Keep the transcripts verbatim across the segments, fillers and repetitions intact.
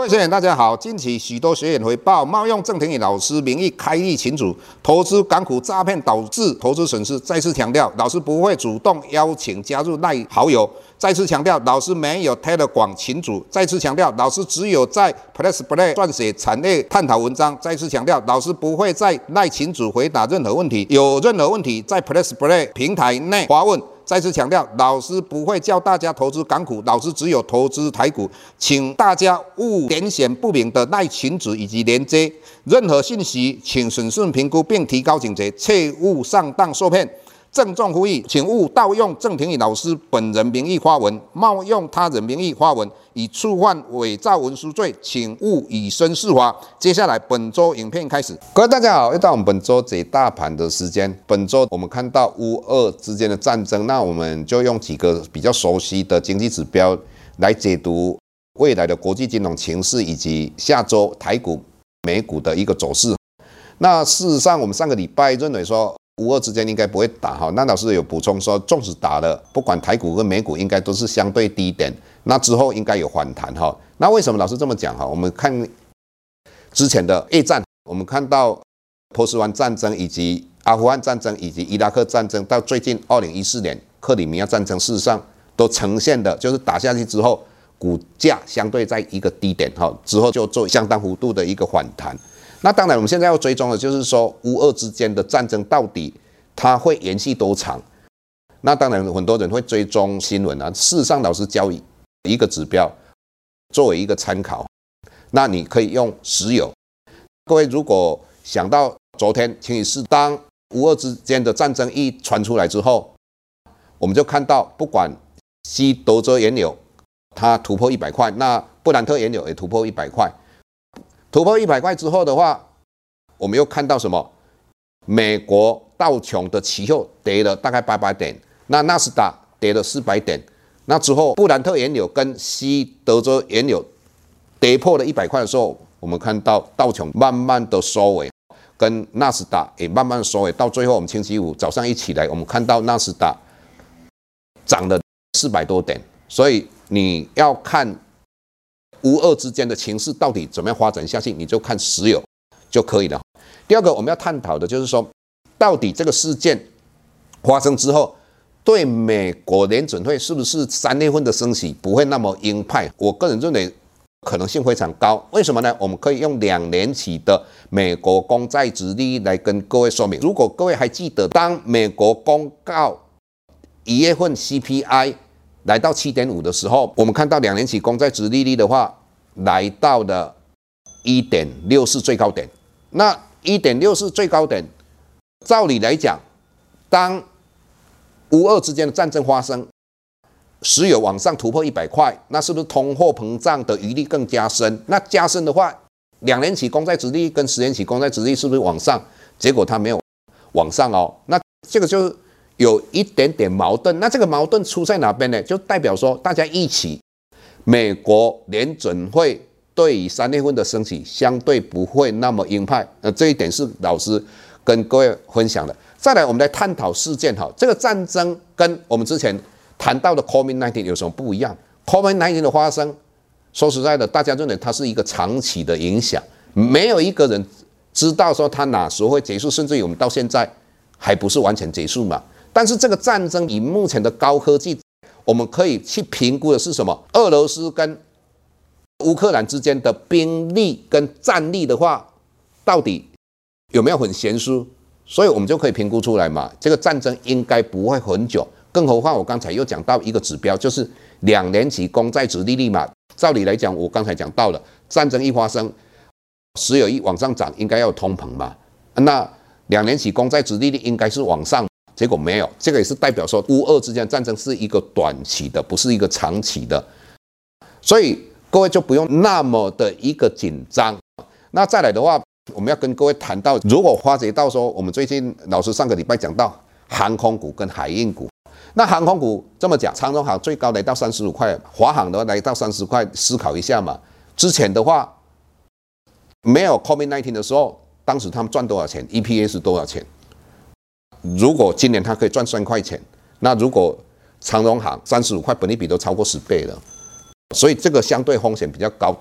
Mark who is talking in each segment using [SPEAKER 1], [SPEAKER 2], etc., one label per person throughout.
[SPEAKER 1] 学员大家好，近期许多学员回报冒用郑庭宇老师名义开立群组，投资港股诈骗导致投资损失。再次强调，老师不会主动邀请加入赖好友。再次强调，老师没有 Telegram 群组。再次强调，老师只有在 Plus Play 撰写产业探讨文章。再次强调，老师不会在赖群组回答任何问题，有任何问题在 Plus Play 平台内发问。 再次强调，老师不会教大家投资港股，老师只有投资台股，请大家勿点选不明的赖群组以及连接，任何信息请审慎评估并提高警觉，切勿上当受骗。郑重呼吁，请勿盗用郑庭宇老师本人名义发文，冒用他人名义发文，以触犯伪造文书罪，请勿以身试法。接下来本周影片开始，各位大家好，又到我们本周解大盘的时间。本周我们看到乌俄之间的战争，那我们就用几个比较熟悉的经济指标来解读未来的国际金融情势以及下周台股、美股的一个走势。那事实上，我们上个礼拜认为说。 乌俄之间应该不会打哈，那老师有补充说，纵使打了，不管台股跟美股应该都是相对低点，那之后应该有反弹哈。那为什么老师这么讲哈？我们看之前的A战，我们看到波斯湾战争以及阿富汗战争以及伊拉克战争，到最近二零一四年克里米亚战争，事实上都呈现的就是打下去之后，股价相对在一个低点哈，之后就做相当幅度的一个反弹。 那当然，我们现在要追踪的就是说，乌俄之间的战争到底它会延续多长？那当然，很多人会追踪新闻啊。事实上，老师教一个指标作为一个参考，那你可以用石油。各位如果想到昨天，请你是当乌俄之间的战争一传出来之后，我们就看到，不管西德州原油它突破一百块，那布兰特原油也突破一百块。 突破一百块之后的话，我们又看到什么？美国道琼的期货跌了大概八百点，那纳斯达跌了四百点。那之后，布兰特原油跟西德州原油跌破了一百块的时候，我们看到道琼慢慢的收尾，跟纳斯达也慢慢收尾。到最后，我们星期五早上一起来，我们看到纳斯达涨了四百多点。所以你要看。 乌俄之间的情势到底怎么样发展下去，你就看石油就可以了。第二个我们要探讨的就是说，到底这个事件发生之后，对美国联准会是不是三月份的升息不会那么鹰派？我个人认为可能性非常高。为什么呢？我们可以用两年期的美国公债殖利率来跟各位说明。如果各位还记得，当美国公告一月份 C P I。 来到 七点五 的时候，我们看到两年期公债殖利率的话，来到了 一点六四 最高点。那 一点六四 最高点，照理来讲，当乌俄之间的战争发生，石油往上突破一百块，那是不是通货膨胀的余力更加深？那加深的话，两年期公债殖利率跟十年期公债殖利率是不是往上？结果它没有往上哦。那这个就是。 有一点点矛盾，那这个矛盾出在哪边呢？就代表说，大家一起，美国联准会对于三月份的升息相对不会那么鹰派，呃，这一点是老师跟各位分享的。再来，我们来探讨事件哈，这个战争跟我们之前谈到的 COVID 十九 有什么不一样 ？COVID 十九 的发生，说实在的，大家认为它是一个长期的影响，没有一个人知道说它哪时候会结束，甚至于我们到现在还不是完全结束嘛。 但是这个战争以目前的高科技，我们可以去评估的是什么？俄罗斯跟乌克兰之间的兵力跟战力的话，到底有没有很悬殊？所以我们就可以评估出来嘛。这个战争应该不会很久，更何况我刚才又讲到一个指标，就是两年期公债殖利率嘛。照理来讲，我刚才讲到了，战争一发生，石油一往上涨，应该要有通膨嘛。那两年期公债殖利率应该是往上。 结果没有，这个也是代表说乌俄之间的战争是一个短期的，不是一个长期的，所以各位就不用那么的一个紧张。那再来的话，我们要跟各位谈到，如果发觉到说，我们最近老师上个礼拜讲到航空股跟海运股，那航空股这么讲，长荣航最高来到三十五块，华航的话来到三十块，思考一下嘛。之前的话没有 COVID 十九 的时候，当时他们赚多少钱 ？E P S 多少钱？ 如果今年它可以赚三块钱，那如果长荣航三十五块，本益比都超过十倍了，所以这个相对风险比较高。但是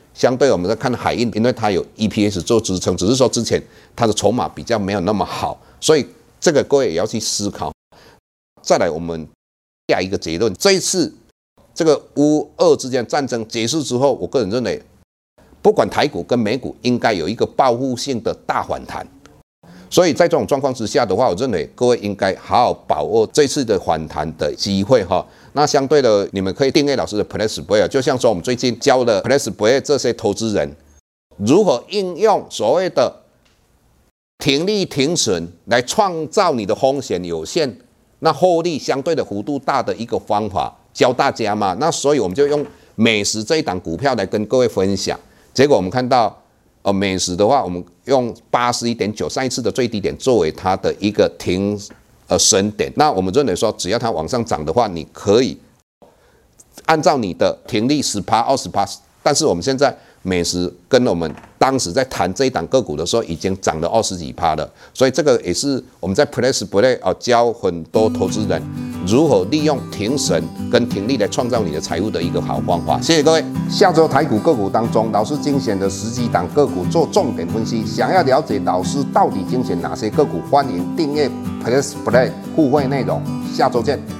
[SPEAKER 1] 相对我们在看海运，因为它有 E P S 做支撑，只是说之前它的筹码比较没有那么好，所以这个各位也要去思考。再来，我们下一个结论，这一次这个乌俄之间战争结束之后，我个人认为，不管台股跟美股应该有一个报复性的大反弹。所以在这种状况之下的话，我认为各位应该好好把握这次的反弹的机会哈。那相对的，你们可以订阅老师的 Plus Play， 就像说我们最近教的 Plus Play 这些投资人如何应用所谓的停利停损来创造你的风险有限、那获利相对的幅度大的一个方法，教大家嘛。那所以我们就用美食这一档股票来跟各位分享。结果我们看到。呃，美食的话，我们用八十一点九上一次的最低点作为它的一个停呃损点。那我们认为说，只要它往上涨的话，你可以按照你的停利十趴、二十趴。但是我们现在美食跟我们当时在谈这一档个股的时候，已经涨了二十几趴了。所以这个也是我们在 Plus Play 啊教很多投资人如何利用停损跟停利来创造你的财富的一个好方法。谢谢各位。下周台股个股当中，老师精选的十几档个股做重点分析。想要了解老师到底精选哪些个股，欢迎订阅 Plus Play 互惠内容。下周见。